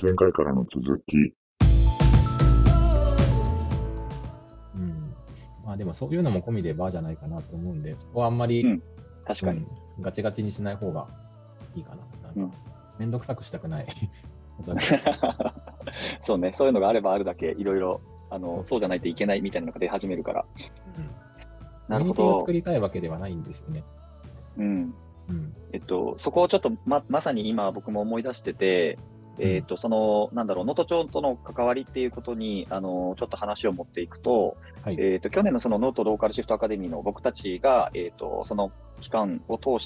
前回からの続き。 まあでもそういうのも込みでバーじゃないかなと思うんで、そこはあんまり、 確かに、 ガチガチにしない方がいいかな。めんどくさくしたくない。 そうね、そういうのがあればあるだけ、いろいろ、そうじゃないといけないみたいなのが出始めるから。 なるほど。コミュニティを作りたいわけではないんですよね。 そこをちょっとまさに今僕も思い出してて、能登町との関わりっていうことに、ちょっと話を持っていくと、去年のそのノートローカルシフトアカデミーの僕たちが、その期間を通して、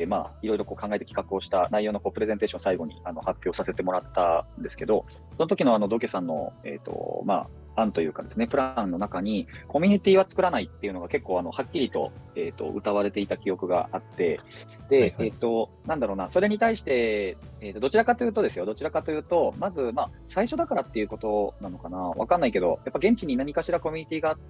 いろいろ考えて企画をした内容のプレゼンテーションを最後に発表させてもらったんですけど、その時のドケさんの、案というかですね、プランの中に、コミュニティは作らないっていうのが結構はっきりと、謳われていた記憶があって、で、それに対して、どちらかというと、まず、最初だからっていうことなのかな、わかんないけど、やっぱ現地に何かしらコミュニティがあって、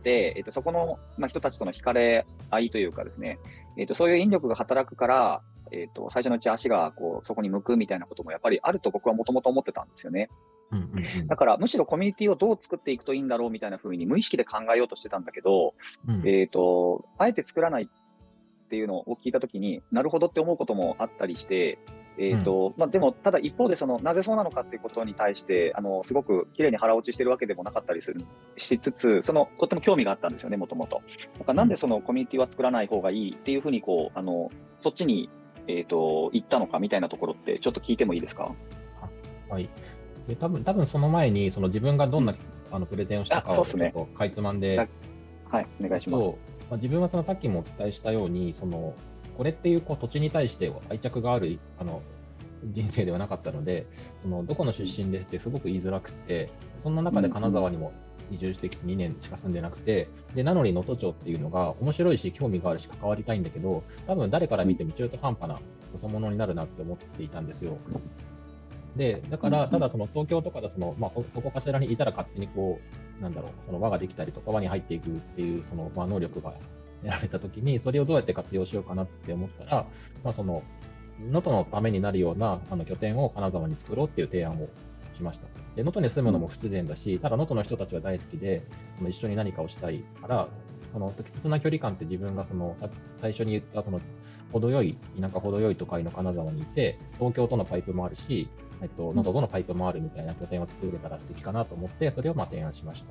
そこの、人たちとの惹かれ合いというかですね、そういう引力が働くから、最初のうち足がそこに向くみたいなこともやっぱりあると僕はもともと思ってたんですよね。だからむしろコミュニティをどう作っていくといいんだろうみたいな風に無意識で考えようとしてたんだけど、あえて作らないっていうのを聞いたときになるほどって思うこともあったりして、でもただ一方でなぜそうなのかっていうことに対してすごく綺麗に腹落ちしてるわけでもなかったりしつつ、とっても興味があったんですよね、もともと。だからなんでそのコミュニティは作らない方がいいっていうふうにそっちに行ったのかみたいなところってちょっと聞いてもいいですか？ はい。で多分その前に自分がどんな、プレゼンをしたかをちょっとかいつまんで、 はい、お願いします。 自分はさっきもお伝えしたようにこれっていう土地に対して愛着がある人生ではなかったので、どこの出身ですってすごく言いづらくて、そんな中で金沢にも移住してきて2年しか住んでなくて、でなのに能登町っていうのが面白いし興味があるし関わりたいんだけど、多分誰から見ても中途半端なよそ者になるなって思っていたんですよ。でだからただ東京とかでそこかしらにいたら勝手に輪ができたりとか輪に入っていくっていう能力が得られたときに、それをどうやって活用しようかなって思ったら、能登のためになるような拠点を金沢に作ろうっていう提案をしました。で能登に住むのも不自然だし、ただ能登の人たちは大好きで一緒に何かをしたいから、適切な距離感って自分が最初に言った程よい田舎程よい都会の金沢にいて、東京とのパイプもあるし、能登とのパイプもあるみたいな拠点を作れたら素敵かなと思って、それを提案しました。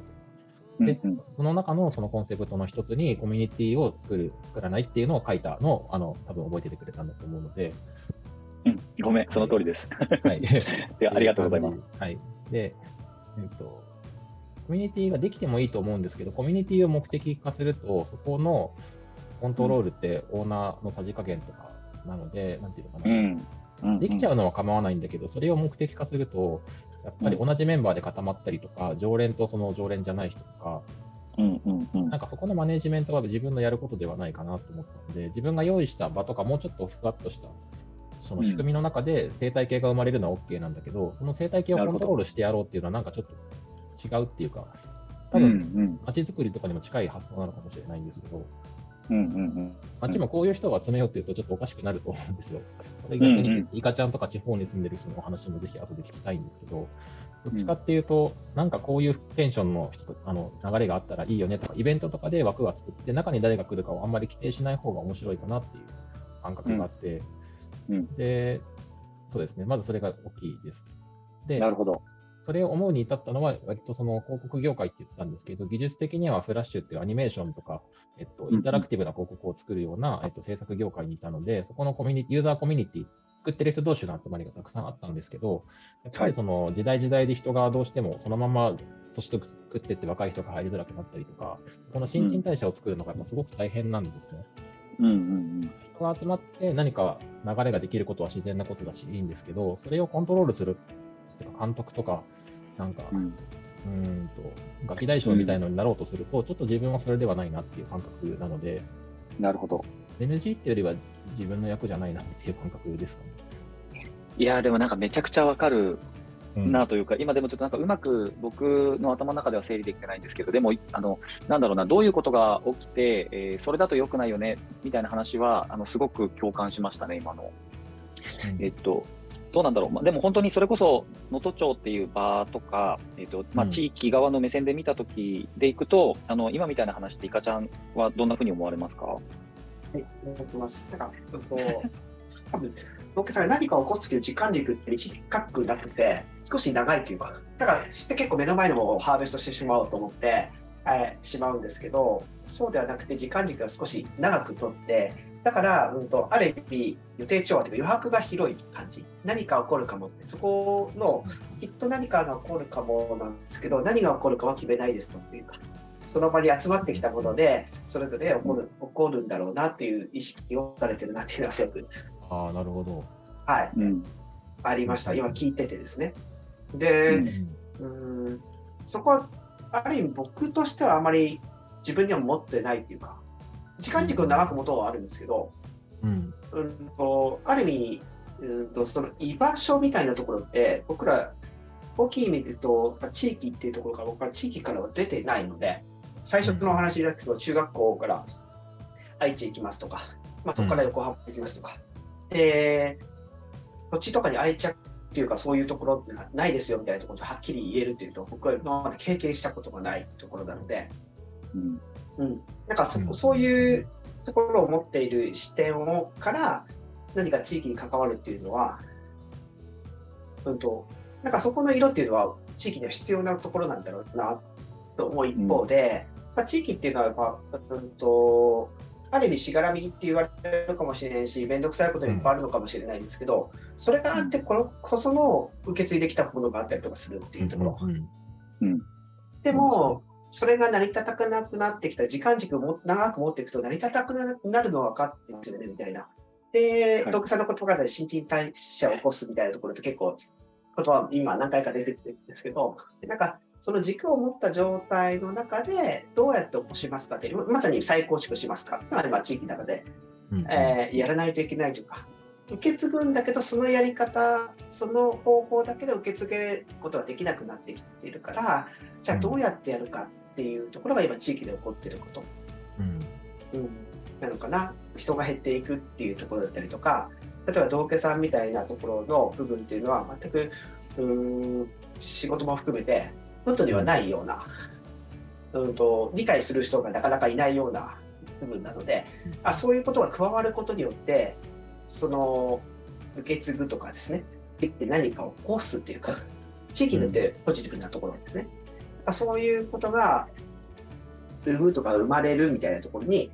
で、その中のコンセプトの一つにコミュニティを作らないっていうのを書いたのを多分覚えててくれたんだと思うので。 ごめん、その通りです。はい。ありがとうございます。 はい。で、コミュニティができてもいいと思うんですけど、コミュニティを目的化すると、そこのコントロールってオーナーのさじ加減とかなので、なんていうのかな。できちゃうのは構わないんだけど、それを目的化すると、やっぱり同じメンバーで固まったりとか、常連と常連じゃない人とか、なんかそこのマネジメントは自分のやることではないかなと思ったので、自分が用意した場とかもうちょっとふわっとしたその仕組みの中で生態系が生まれるのは OK なんだけど、その生態系をコントロールしてやろうっていうのはなんかちょっと違うっていうか、多分街づくりとかにも近い発想なのかもしれないんですけど、街もこういう人が集めようっていうとちょっとおかしくなると思うんですよ。これ逆にイカちゃんとか地方に住んでる人のお話もぜひ後で聞きたいんですけど、どっちかっていうと、なんかこういうテンションの人流れがあったらいいよねとか、イベントとかで枠が作って、中に誰が来るかをあんまり規定しない方が面白いかなっていう感覚があって、で、そうですね、まずそれが大きいです。で、 なるほど。 それを思うに至ったのは、割と広告業界って言ったんですけど、技術的にはフラッシュっていうアニメーションとか、インタラクティブな広告を作るような、制作業界にいたので、そこのユーザーコミュニティ、作ってる人同士の集まりがたくさんあったんですけど、やっぱり時代時代で人がどうしてもそのまま組織作っていって若い人が入りづらくなったりとか、そこの新陳代謝を作るのがやっぱすごく大変なんですね。人が集まって何か流れができることは自然なことだしいいんですけど、それをコントロールするとか監督とか、なんか、ガキ大将みたいのになろうとすると、ちょっと自分はそれではないなっていう感覚なので、 なるほど。 NG っていうよりは自分の役じゃないなっていう感覚ですかね。 いや、でもなんかめちゃくちゃわかるなというか、今でもちょっとなんかうまく僕の頭の中では整理できてないんですけど、でもなんだろうな、どういうことが起きて、それだと良くないよねみたいな話はすごく共感しましたね、今の。 どうなんだろう、でも本当にそれこそ能登町っていう場とか、地域側の目線で見たときでいくと、今みたいな話っていかちゃんはどんなふうに思われますか？ はい、思ってます。なんか、多分、農家さんが何かを起こすという時間軸って短くなくて、少し長いというか、だから結構目の前のものをハーベストしてしまおうと思って、しまうんですけど、そうではなくて時間軸が少し長くとって、だから、ある意味、予定調和というか余白が広い感じ。何か起こるかもって、そこの、きっと何かが起こるかもなんですけど、何が起こるかは決めないですとっていうか、その場に集まってきたもので、それぞれ起こるんだろうなっていう意識を持たれてるなっていうのはすごく。 なるほど。 はい。ありました。今聞いててですね。で、そこは、ある意味僕としてはあまり自分には持ってないっていうか、時間軸を長く持とうはあるんですけど、ある意味、その居場所みたいなところって、僕ら、大きい意味で言うと、地域っていうところから、僕は地域からは出てないので、最初のお話だけど、中学校から愛知行きますとか、そこから横浜行きますとか、土地とかに愛着っていうか、そういうところってないですよみたいなところとはっきり言えるというと、僕は今まで経験したことがないところなので、なんかそういうところを持っている視点から何か地域に関わるっていうのは、なんかそこの色っていうのは地域には必要なところなんだろうなと思う一方で、地域っていうのはやっぱ、ある意味しがらみって言われるかもしれないし、面倒くさいこといっぱいあるのかもしれないんですけど、それがあってこその受け継いできたものがあったりとかするっていうところ。でも、それが成り立たなくなってきた、時間軸を長く持っていくと成り立たなくなるのは分かってますよね、みたいな。で、ドクさんの言葉で新陳代謝を起こすみたいなところって結構、ことは今何回か出てきてるんですけど、なんかその軸を持った状態の中でどうやって起こしますかって、まさに再構築しますかっていうのは地域の中で、やらないといけないというか、受け継ぐんだけど、そのやり方、その方法だけで受け継げることができなくなってきているから、じゃあどうやってやるかっていうところが今地域で起こっていること、なのかな。人が減っていくっていうところだったりとか、例えば道家さんみたいなところの部分っていうのは全く仕事も含めて本当にはないような、理解する人がなかなかいないような部分なので、そういうことが加わることによってその受け継ぐとかですね、何かを起こすっていうか、地域によってポジティブなところですね、そういうことが生むとか生まれるみたいなところに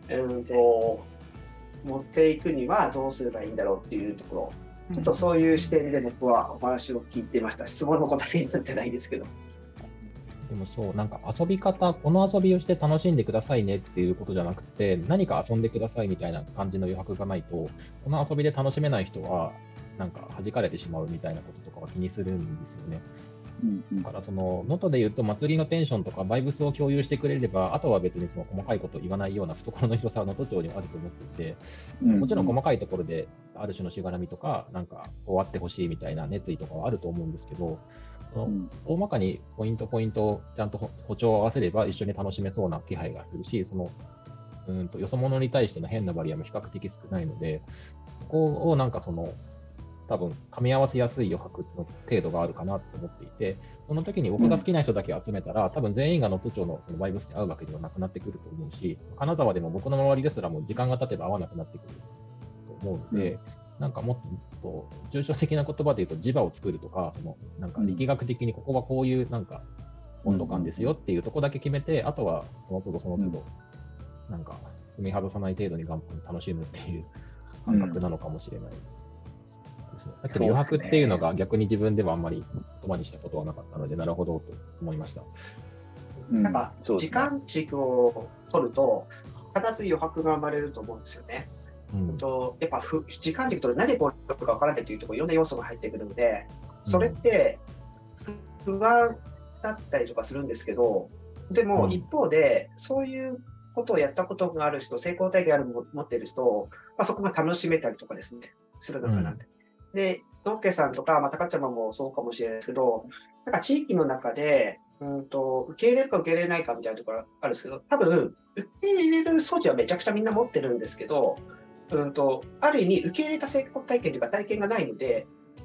持っていくにはどうすればいいんだろうっていうところ、ちょっとそういう視点で僕はお話を聞いてました。質問の答えになってないですけど。 でもそう、なんか遊び方、この遊びをして楽しんでくださいねっていうことじゃなくて、何か遊んでくださいみたいな感じの余白がないと、その遊びで楽しめない人は、なんか弾かれてしまうみたいなこととかは気にするんですよね。だからその能登で言うと祭りのテンションとかバイブスを共有してくれれば、あとは別にその細かいことを言わないような懐の広さは能登町にはあると思っていて、もちろん細かいところである種のしがらみとか、なんか終わってほしいみたいな熱意とかはあると思うんですけど、大まかにポイントをちゃんと歩調を合わせれば一緒に楽しめそうな気配がするし、そのよそ者に対しての変なバリアも比較的少ないので、そこをなんかその多分噛み合わせやすい余白の程度があるかなと思っていて、その時に僕が好きな人だけ集めたら、多分全員が能登町のそのバイブスに合うわけではなくなってくると思うし、金沢でも僕の周りですらも時間が経てば合わなくなってくると思うので、なんかもっと抽象的な言葉で言うと磁場を作るとか、そのなんか力学的にここはこういうなんか温度感ですよっていうところだけ決めて、あとはその都度なんか踏み外さない程度に楽しむっていう感覚なのかもしれない。さっきの余白っていうのが逆に自分ではあんまり言葉にしたことはなかったので、なるほどと思いました。 なんか時間軸を取ると必ず余白が生まれると思うんですよね。やっぱ時間軸と何でこうか分からないというところ、いろんな要素が入ってくるので、それって不安だったりとかするんですけど、でも一方でそういうことをやったことがある人、成功体験持っている人、そこが楽しめたりとかですね、するのかなって。で、ドッケさんとか、高ちゃまもそうかもしれないですけど、なんか地域の中で、受け入れるか受け入れないかみたいなところあるんですけど、多分、受け入れる素地はめちゃくちゃみんな持ってるんですけど、ある意味、受け入れた成功体験というか体験がないので、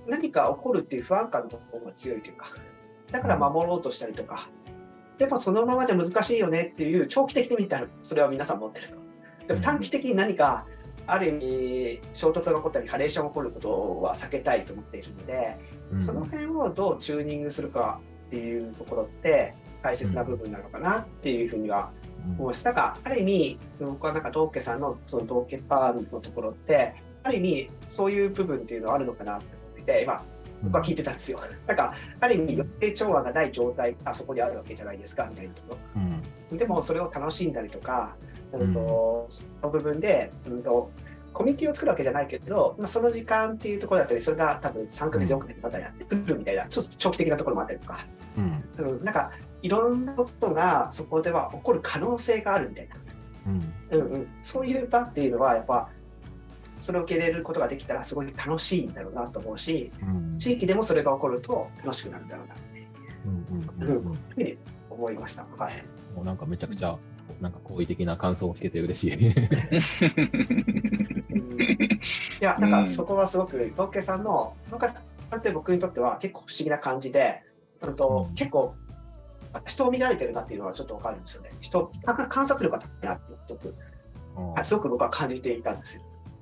何か起こるっていう不安感の方が強いというか、だから守ろうとしたりとか、でもそのままじゃ難しいよねっていう長期的に見たらそれは皆さん持ってると。でも短期的に何かある意味衝突が起こったりハレーションが起こることは避けたいと思っているので、その辺をどうチューニングするかっていうところって大切な部分なのかなっていうふうには思います。だからある意味僕はなんか道家さんのその道家パールのところってある意味そういう部分っていうのはあるのかなって思っていて、今僕は聞いてたんですよ。なんかある意味予定調和がない状態がそこにあるわけじゃないですかみたいなところ。でもそれを楽しんだりとか、その部分で、コミュニティを作るわけじゃないけど、その時間っていうところだったり、それが多分3ヶ月、4ヶ月またやってくるみたいな、ちょっと長期的なところもあったりとか、なんかいろんなことがそこでは起こる可能性があるみたいな、そういう場っていうのは、やっぱそれを受け入れることができたらすごい楽しいんだろうなと思うし、地域でもそれが起こると楽しくなるんだろうなっていうふうに思いました。はい。 もうなんかめちゃくちゃなんか好意的な感想をつけて嬉しい。いや、なんかそこはすごく道家さんって僕にとっては結構不思議な感じで、結構人を見られてるなっていうのはちょっと分かるんですよね。観察力が高いなってすごく僕は感じていたんですよ。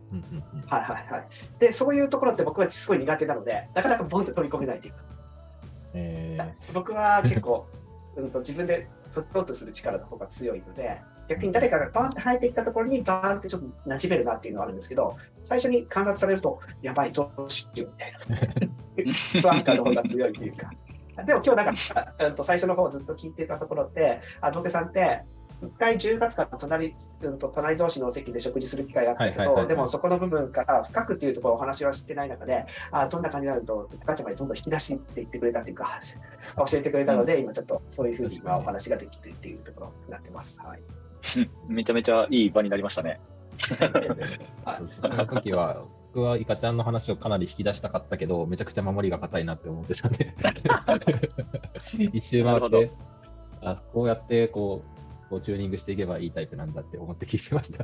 で、そういうところって僕はすごい苦手なので、なかなかボンと飛び込めないというか、僕は結構自分で取ろうとする力の方が強いので、逆に誰かがバーンって入ってきたところにバーンってちょっと馴染めるなっていうのはあるんですけど、最初に観察されるとやばいどうしようみたいな不安感の方が強いというか。でも今日なんか最初の方ずっと聞いてたところって、道家さんって1回10月から隣同士のお席で食事する機会があったけど、でもそこの部分から深くっていうところをお話はしてない中で、どんな感じになるとガチャまでどんどん引き出しって言ってくれたというか教えてくれたので、今ちょっとそういうふうにお話ができるっていうところになってます。はい、 めちゃめちゃいい場になりましたね。 その時は僕はイカちゃんの話をかなり引き出したかったけど、めちゃくちゃ守りが硬いなって思ってたんで一周回ってこうやってこうチューニングしていけばいいタイプなんだって思って聞いてました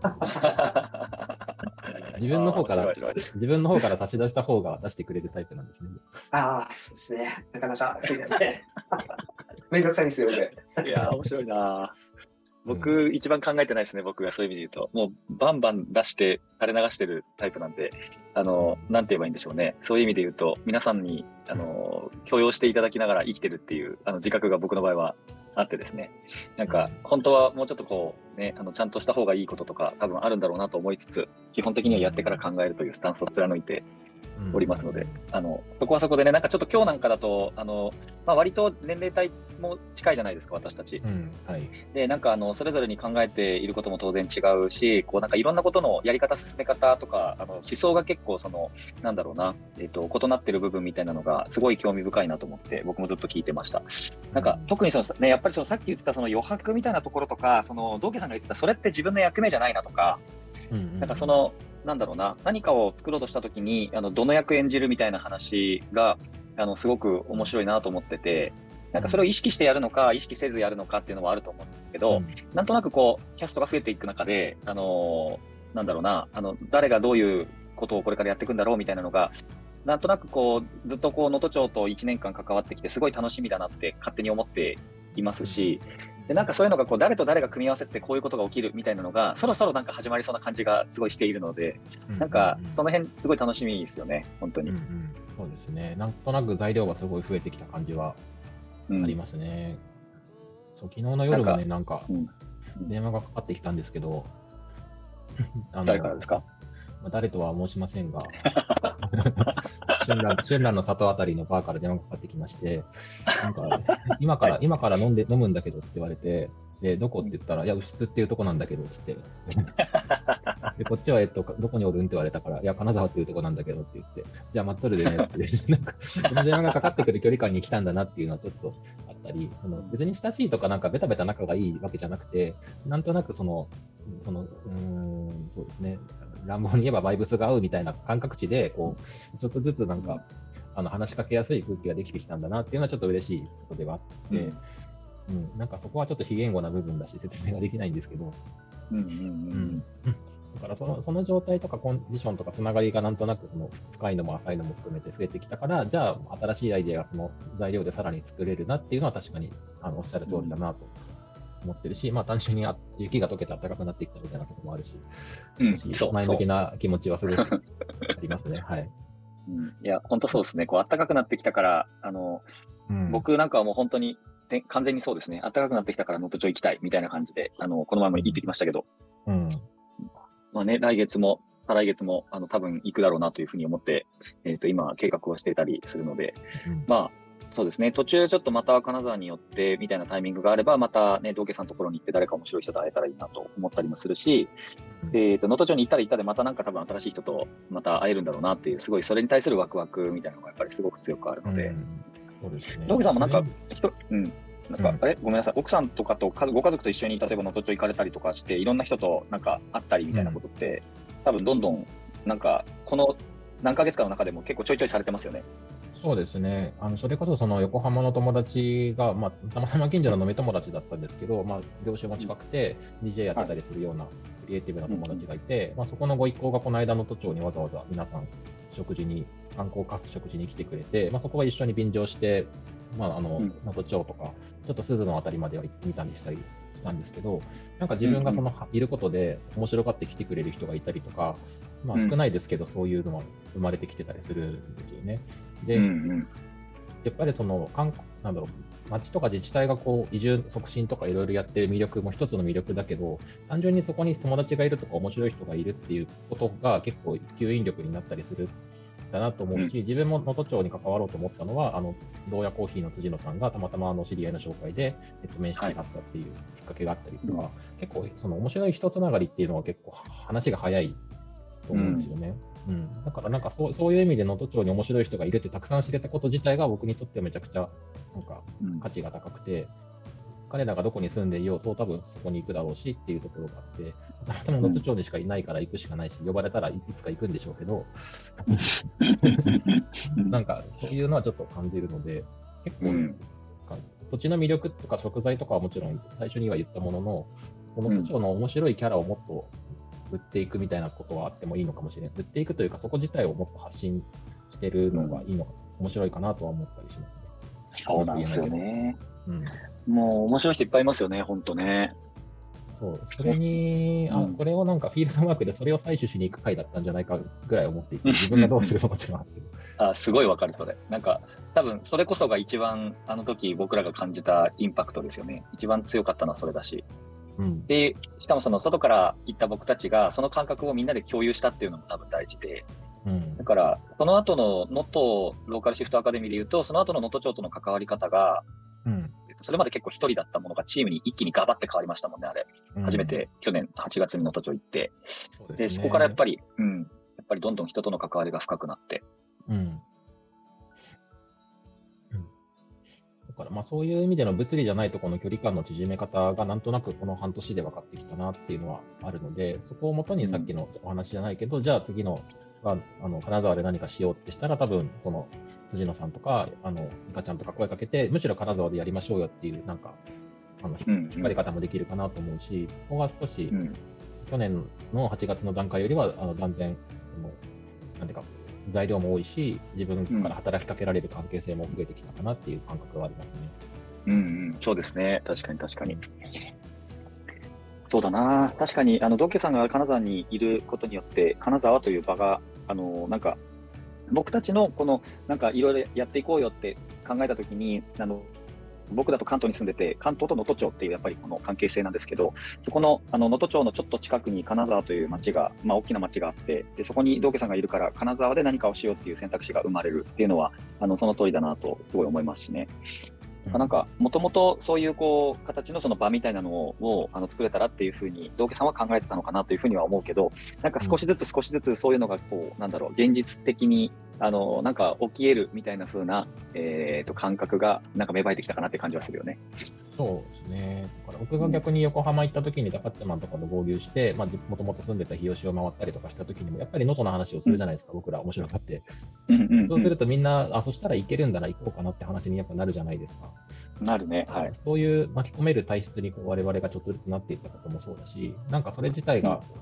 自分の方から差し出した方が出してくれるタイプなんですね。 そうですね。なかなかいいですね。めんどくさいんですよね。 いや、面白いな。僕、一番考えてないですね、僕がそういう意味で言うと。もう、バンバン出して、垂れ流してるタイプなんで、なんて言えばいいんでしょうね。そういう意味で言うと、皆さんに、許容していただきながら生きてるっていう、自覚が僕の場合はあってですね。なんか、本当はもうちょっとこう、ね、ちゃんとした方がいいこととか、多分あるんだろうなと思いつつ、基本的にはやってから考えるというスタンスを貫いておりますので、そこはそこでね、なんかちょっと今日なんかだと、割と年齢帯も近いじゃないですか、私たち。で、なんかそれぞれに考えていることも当然違うし、こうなんかいろんなことのやり方、進め方とか、思想が結構なんだろうな、異なってる部分みたいなのがすごい興味深いなと思って、僕もずっと聞いてました。なんか特にね、やっぱりさっき言ってた余白みたいなところとか、道家さんが言ってたそれって自分の役目じゃないなとか、なんかなんだろうな、何かを作ろうとしたときにどの役演じるみたいな話がすごく面白いなと思ってて、なんかそれを意識してやるのか意識せずやるのかっていうのはあると思うんですけど、なんとなくこうキャストが増えていく中でなんだろうな、誰がどういうことをこれからやっていくんだろうみたいなのがなんとなくこうずっとこう能登町と1年間関わってきてすごい楽しみだなって勝手に思っていますし、でなんかそういうのがこう誰と誰が組み合わせてこういうことが起きるみたいなのがそろそろなんか始まりそうな感じがすごいしているので、なんかその辺すごい楽しみですよね、本当に。 そうですね。なんとなく材料がすごい増えてきた感じはありますね。そう、昨日の夜もね、なんか電話がかかってきたんですけど、 誰からですか？ 誰とは申しませんが、春蘭の里あたりのバーから電話がかかってきまして、なんか今から飲むんだけどって言われて、でどこって言ったら、いや、牛津っていうとこなんだけどって言って、でこっちはどこにおるんって言われたから、いや、金沢っていうとこなんだけどって言って、じゃあ待っとるでねって、なんかその電話がかかってくる距離感に来たんだなっていうのはちょっとあったり、別に親しいとかなんかベタベタ仲がいいわけじゃなくて、なんとなくそうですね、乱暴に言えばバイブスが合うみたいな感覚値で、こうちょっとずつなんか話しかけやすい空気ができてきたんだなっていうのはちょっと嬉しいことではあって、なんかそこはちょっと非言語な部分だし説明ができないんですけど、 だからその状態とかコンディションとかつながりがなんとなくその深いのも浅いのも含めて増えてきたから、じゃあ新しいアイデアがその材料でさらに作れるなっていうのは確かにおっしゃる通りだなと思ってるし、単純に雪が溶けて暖かくなってきたみたいなこともあるし、前向きな気持ちはすごくありますね。はい。 いや、本当そうですね。暖かくなってきたから、僕なんかはもう本当に完全にそうですね。暖かくなってきたから能登町行きたいみたいな感じで、この前も行ってきましたけど、来月も再来月も多分行くだろうなというふうに思って、今計画をしていたりするので、そうですね、途中ちょっとまた金沢に寄ってみたいなタイミングがあれば、またね、道家さんのところに行って誰か面白い人と会えたらいいなと思ったりもするし、能登町に行ったら行ったで、またなんか多分新しい人とまた会えるんだろうなっていう、すごいそれに対するワクワクみたいなのがやっぱりすごく強くあるので、道家さんもなんか、ごめんなさい、奥さんとかとご家族と一緒に例えば能登町行かれたりとかして、いろんな人となんか会ったりみたいなことって、多分どんどんなんかこの何ヶ月かの中でも結構ちょいちょいされてますよね。 そうですね。それこそその横浜の友達が、たまたま近所の飲み友達だったんですけど、業種も近くて DJ やってたりするようなクリエイティブな友達がいて、そこのご一行がこの間能登町にわざわざ皆さん観光かつ食事に来てくれて、そこは一緒に便乗して、能登町とか、ちょっと鈴のあたりまでは見たりしたんですけど、なんか自分がいることで面白がって来てくれる人がいたりとか、少ないですけど、そういうのは生まれてきてたりするんですよね。で、やっぱり町とか自治体が移住促進とかいろいろやってる魅力も一つの魅力だけど、単純にそこに友達がいるとか面白い人がいるっていうことが結構吸引力になったりするだなと思うし、自分も能登町に関わろうと思ったのは、洞爺コーヒーの辻野さんがたまたま知り合いの紹介で、面識があったっていうきっかけがあったりとか、結構その面白い人つながりっていうのは結構話が早いと思うんですよね。だからなんかそういう意味で能登町に面白い人がいるってたくさん知れたこと自体が僕にとってはめちゃくちゃなんか価値が高くて、彼らがどこに住んでいようと多分そこに行くだろうしっていうところがあって、たまたま能登町にしかいないから行くしかないし、呼ばれたらいつか行くんでしょうけど、なんかそういうのはちょっと感じるので、結構、土地の魅力とか食材とかはもちろん最初には言ったものの、能登町の面白いキャラをもっと売っていくみたいなことはあってもいいのかもしれない。売っていくというか、そこ自体をもっと発信してるのがいいのか、面白いかなとは思ったりしますね。 そうなんですよね。もう面白い人いっぱいいますよね、本当ね。 そう、それに、それをなんかフィールドワークでそれを採取しに行く回だったんじゃないかぐらい思っていて、自分がどうするのか違うけど。 すごいわかる、それ。なんか、多分それこそが一番あの時僕らが感じたインパクトですよね。一番強かったのはそれだし。で、しかもその外から行った僕たちがその感覚をみんなで共有したっていうのも多分大事で、だからその後の能登ローカルシフトアカデミーでいうと、その後の能登町との関わり方が、それまで結構一人だったものがチームに一気にガバって変わりましたもんね、あれ。初めて去年8月に能登町行って、でそこからやっぱりどんどん人との関わりが深くなって。 だからそういう意味での物理じゃないところの距離感の縮め方がなんとなくこの半年で分かってきたなっていうのはあるので、そこをもとにさっきのお話じゃないけど、じゃあ次の金沢で何かしようってしたら、多分その辻野さんとかいかちゃんとか声かけて、むしろ金沢でやりましょうよっていうなんか引っ張り方もできるかなと思うし、そこが少し去年の8月の段階よりは断然なんていうか材料も多いし、自分から働きかけられる関係性も増えてきたかなっていう感覚はありますね。 そうですね。確かに確かに。そうだな。確かに道家さんが金沢にいることによって、金沢という場がなんか僕たちのこのなんかいろいろやっていこうよって考えたときに、僕だと関東に住んでて、関東と能登町っていうやっぱりこの関係性なんですけど、そこの能登町のちょっと近くに金沢という町が、大きな町があって、でそこに道家さんがいるから、金沢で何かをしようっていう選択肢が生まれるっていうのは、その通りだなとすごい思いますしね。なんか、もともとそういう形のその場みたいなのを作れたらっていうふうに、道家さんは考えてたのかなというふうには思うけど、なんか少しずつそういうのが現実的に、なんか起き得るみたいな風な、感覚がなんか芽生えてきたかなって感じはするよね。 そうですね。だから僕が逆に横浜行った時にダカッチャマンとかと合流して、もともと住んでた日吉を回ったりとかした時にも、やっぱり能登の話をするじゃないですか、僕ら面白がって。そうするとみんな、そしたら行けるんだな、行こうかなって話にやっぱなるじゃないですか。 なるね。はい。 そういう巻き込める体質に我々がちょっとずつなっていったこともそうだし、なんかそれ自体が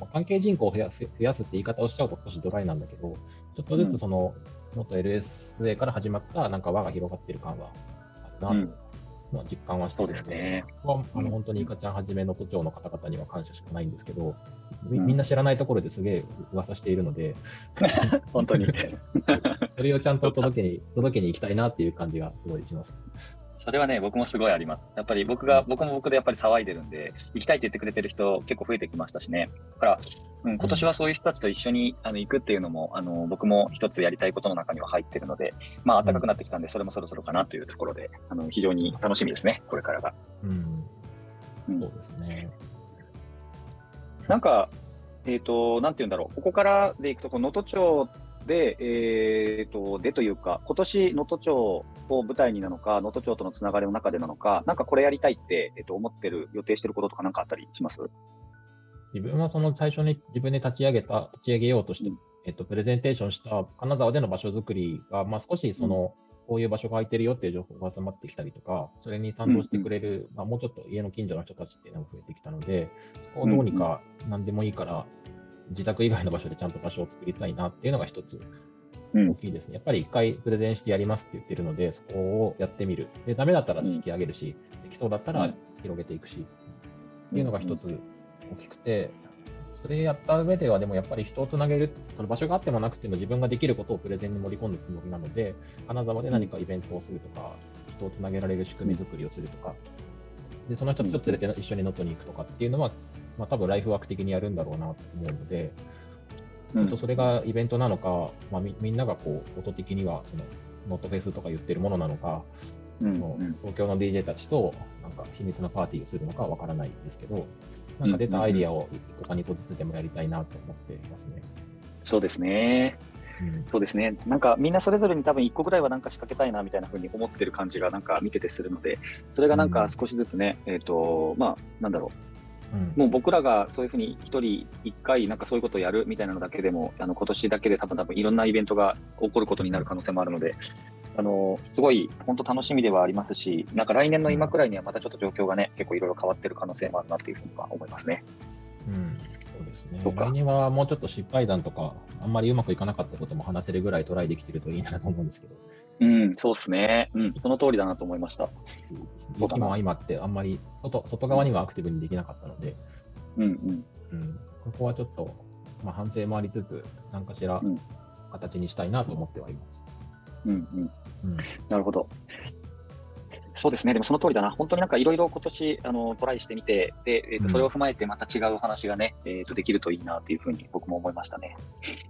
関係人口を増やすって言い方をしちゃうと少しドライなんだけど、ちょっとずつその、元 LSA から始まったなんか輪が広がっている感はあるなと、実感はしているので、ここは本当にいかちゃんはじめ能登町の方々には感謝しかないんですけど、みんな知らないところですげえ噂しているので、 本当にそれをちゃんと届けに行きたいなっていう感じがすごいします。 それはね、僕もすごいあります。やっぱり僕も僕でやっぱり騒いでるんで、行きたいって言ってくれてる人結構増えてきましたしね。だから、今年はそういう人たちと一緒に行くっていうのも、僕も一つやりたいことの中には入ってるので、暖かくなってきたんで、それもそろそろかなというところで、非常に楽しみですね、これからが。 そうですね。 なんか、なんて言うんだろう、ここからでいくと、能登町で、というか、今年能登町を舞台になのか、能登町とのつながりの中でなのか、なんかこれやりたいって、思ってる、予定してることとかなんかあったりします？ 自分はその最初に自分で立ち上げようとして、プレゼンテーションした金沢での場所づくりが、少しこういう場所が空いてるよっていう情報が集まってきたりとか、それに賛同してくれる、もうちょっと家の近所の人たちっていうのが増えてきたので、そこをどうにか何でもいいから、自宅以外の場所でちゃんと場所を作りたいなっていうのが一つ大きいですね。やっぱり一回プレゼンしてやりますって言ってるので、そこをやってみる。で、ダメだったら引き上げるし、できそうだったら広げていくし、っていうのが一つ大きくて、それやった上ではでもやっぱり人をつなげる、その場所があってもなくても自分ができることをプレゼンに盛り込んだつもりなので、金沢で何かイベントをするとか、人をつなげられる仕組み作りをするとか、で、その人たちを連れて一緒に能登に行くとかっていうのは、多分ライフワーク的にやるんだろうなと思うので、それがイベントなのか、みんなが音的にはノットフェスとか言ってるものなのか、東京の DJ たちとなんか秘密のパーティーをするのかわからないですけど、なんか出たアイディアを1個か2個ずつでもやりたいなと思っていますね。 そうですね。そうですね。なんかみんなそれぞれに多分1個ぐらいはなんか仕掛けたいなみたいな風に思ってる感じがなんか見ててするので、それがなんか少しずつね、なんだろう。もう僕らがそういうふうに一人一回なんかそういうことをやるみたいなのだけでも、今年だけで多分いろんなイベントが起こることになる可能性もあるので、すごい本当楽しみではありますし、なんか来年の今くらいにはまたちょっと状況がね、結構いろいろ変わってる可能性もあるなっていうふうには思いますね。 そうですね。来年はもうちょっと失敗談とか、あんまりうまくいかなかったことも話せるぐらいトライできてるといいなと思うんですけど。 そうですね。その通りだなと思いました。 今は今ってあんまり外側にはアクティブにできなかったので、ここはちょっと、反省もありつつ、何かしら形にしたいなと思ってはいます。 なるほど。そうですね。でもその通りだな。本当になんかいろいろ今年トライしてみて、で、それを踏まえてまた違うお話がね、できるといいなというふうに僕も思いましたね。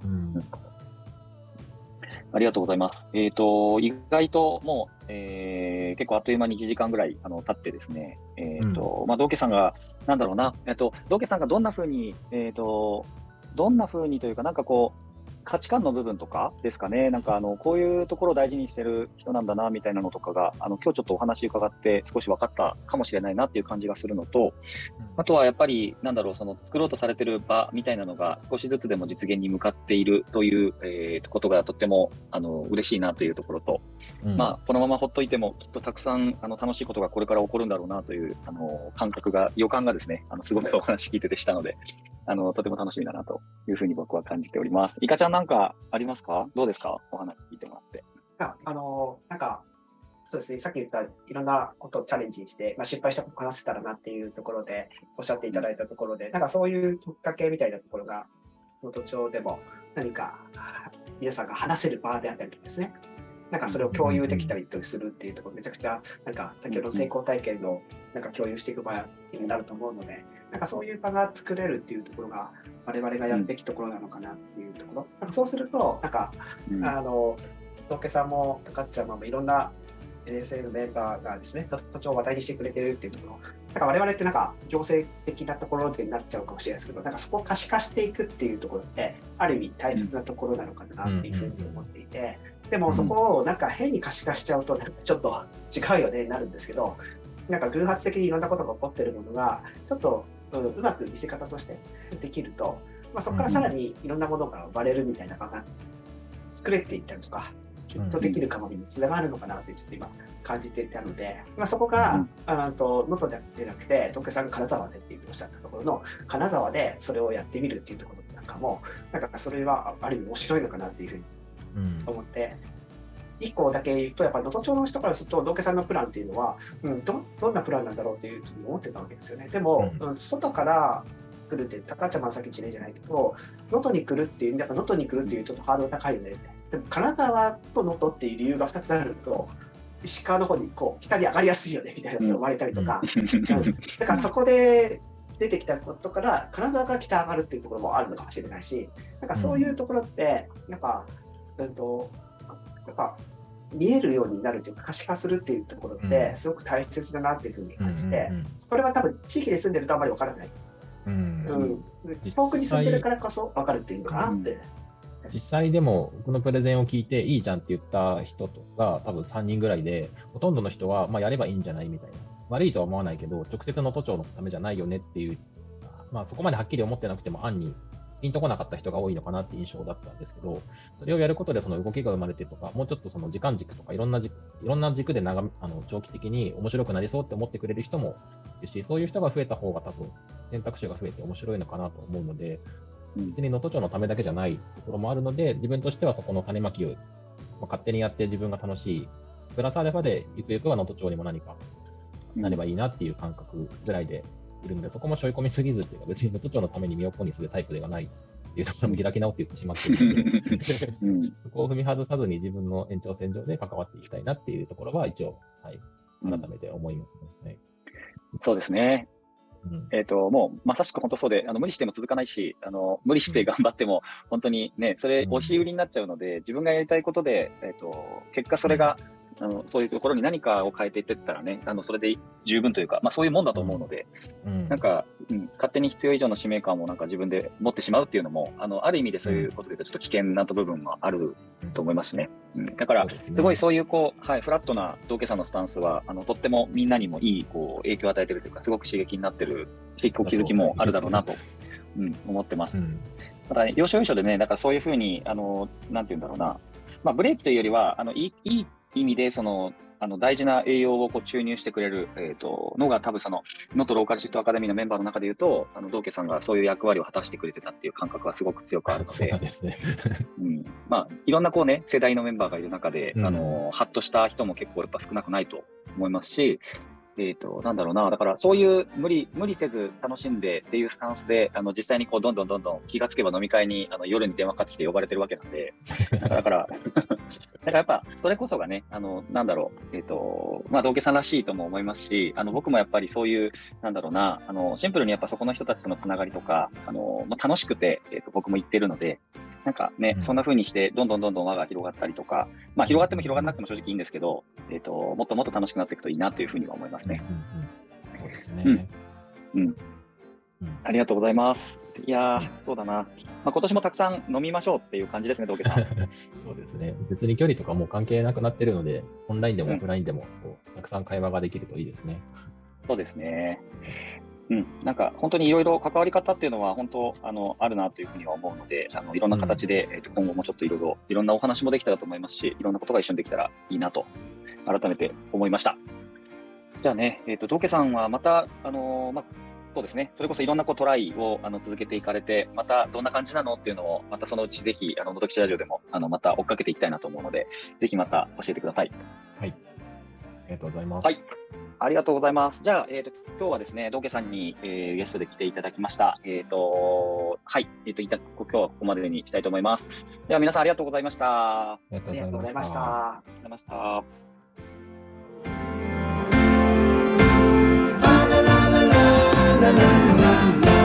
ありがとうございます。意外ともう、結構あっという間に1時間ぐらい経ってですね、道家さんが、なんだろうな、道家さんがどんな風にというか、なんかこう、価値観の部分とかですかね、なんかこういうところを大事にしてる人なんだなみたいなのとかが、今日ちょっとお話伺って少し分かったかもしれないなっていう感じがするのと、あとはやっぱり、なんだろう、その作ろうとされてる場みたいなのが少しずつでも実現に向かっているという、ことがとっても嬉しいなというところと、このままほっといてもきっとたくさん楽しいことがこれから起こるんだろうなという予感がですね、すごくお話聞いててしたので、とても楽しみだなというふうに僕は感じております。いかちゃんなんかありますか？どうですか？お話聞いてもらって。 なんか、そうですね、さっき言ったいろんなことをチャレンジして、失敗したことを話せたらなっていうところで、おっしゃっていただいたところで、なんかそういうきっかけみたいなところが、能登町でも何か皆さんが話せる場であったりとかですね、なんかそれを共有できたりとするっていうところ、めちゃくちゃ、なんか先ほどの成功体験のなんか共有していく場になると思うので、なんかそういう場が作れるっていうところが、我々がやるべきところなのかなっていうところ。なんかそうすると、なんか、道家さんも高っちゃんもいろんな LSA のメンバーがですね、能登町を話題にしてくれてるっていうところ、なんか我々ってなんか行政的なところになっちゃうかもしれないですけど、なんかそこを可視化していくっていうところって、ある意味大切なところなのかなっていうふうに思っていて、でもそこをなんか変に可視化しちゃうと、ちょっと違うよねになるんですけど、なんか偶発的にいろんなことが起こってるものが、ちょっとうまく見せ方としてできると、そこからさらにいろんなものが生まれるみたいな場が作れていったりとか、 きっとできるかもにつながるのかなってちょっと今感じていたので、そこが能登でなくて、東京さんが金沢でっておっしゃったところの金沢でそれをやってみるっていうところなんかも、なんかそれはある意味面白いのかなっていうふうに思って、一個だけ言うと、やっぱり能登町の人からすると、道家さんのプランっていうのは、どんなプランなんだろうっていうふうに思ってたわけですよね。でも、外から来るって、高茶正樹一例じゃないけど、能登に来るっていう、能登に来るっていうちょっとハードル高いよね。でも、金沢と能登っていう理由が2つあると、石川の方にこう北に上がりやすいよねみたいなのが生まれたりとか、だからそこで出てきたことから、金沢から北上がるっていうところもあるのかもしれないし、なんかそういうところって、なんか見えるようになるというか可視化するっていうところってすごく大切だなっていうふうに感じて、これは多分地域で住んでるとあまり分からない。遠くに住んでるからこそ分かるっていうのかなって。 実際でも僕のプレゼンを聞いていいじゃんって言った人が多分3人ぐらいで、ほとんどの人はやればいいんじゃないみたいな。悪いとは思わないけど、直接能登町のためじゃないよねっていう、そこまではっきり思ってなくても案にピンとこなかった人が多いのかなって印象だったんですけど、それをやることでその動きが生まれてとか、もうちょっとその時間軸とかいろんな軸で長期的に面白くなりそうって思ってくれる人もいるし、そういう人が増えた方が多分選択肢が増えて面白いのかなと思うので、別に能登町のためだけじゃないところもあるので、自分としてはそこの種まきを勝手にやって自分が楽しい、プラスアルファでゆくゆくは能登町にも何かなればいいなっていう感覚ぐらいでいるので、そこも背負い込みすぎずっていうか、別に能登町のために身を粉にするタイプではないっていうところも開き直って言ってしまっているので、そこを踏み外さずに自分の延長線上で関わっていきたいなっていうところは一応、改めて思いますね。 そうですね。もうまさしく本当そうで、無理しても続かないし、無理して頑張っても本当にね、それ押し売りになっちゃうので、自分がやりたいことで、結果それが、そういうところに何かを変えていってったらね、それで十分というか、そういうもんだと思うので、なんか、勝手に必要以上の使命感をなんか自分で持ってしまうっていうのも、ある意味でそういうことで言うとちょっと危険な部分もあると思いますね。だから、すごいそういうフラットな道家さんのスタンスは、とってもみんなにもいい影響を与えているというか、すごく刺激になっている気づきもあるだろうなと、思ってます。ただ、要所要所でね、だからそういうふうに、なんていうんだろうな、ブレーキというよりは、いい意味で大事な栄養を注入してくれる、のが多分能登ローカルシフトアカデミーのメンバーの中でいうと、道家さんがそういう役割を果たしてくれてたっていう感覚はすごく強くあるので、いろんな世代のメンバーがいる中で、ハッとした人も結構やっぱ少なくないと思いますし、なんだろうな、だからそういう無理せず楽しんでっていうスタンスで、実際にどんどん気がつけば飲み会に夜に電話かかってきて呼ばれてるわけなんで、だからやっぱそれこそがね、なんだろう、道家さんらしいとも思いますし、僕もやっぱりそういう、なんだろうな、シンプルにやっぱそこの人たちとのつながりとか、楽しくて、僕も言ってるので、なんかね、そんな風にして、どんどん輪が広がったりとか、広がっても広がらなくても正直いいんですけど、もっともっと楽しくなっていくといいなというふうには思いますね。 そうですね。 ありがとうございます。いやー、そうだな。今年もたくさん飲みましょうっていう感じですね、道家さん。 そうですね。別に距離とかもう関係なくなってるので、オンラインでもオフラインでもたくさん会話ができるといいですね。 そうですね。なんか本当にいろいろ関わり方っていうのは本当あるなというふうには思うので、いろんな形で、今後もちょっといろんなお話もできたらと思いますし、いろんなことが一緒にできたらいいなと改めて思いました。じゃあね、道家さんはまたそうですね、それこそいろんなトライを続けていかれて、またどんな感じなのっていうのをまたそのうちぜひのどきちラジオでもまた追っかけていきたいなと思うので、ぜひまた教えてください。 はい、ありがとうございます。 はい、ありがとうございます。じゃあ、今日はですね、道家さんに、ゲストで来ていただきました。はい、今日はここまでにしたいと思います。では皆さんありがとうございました。 ありがとうございました。 La la la la la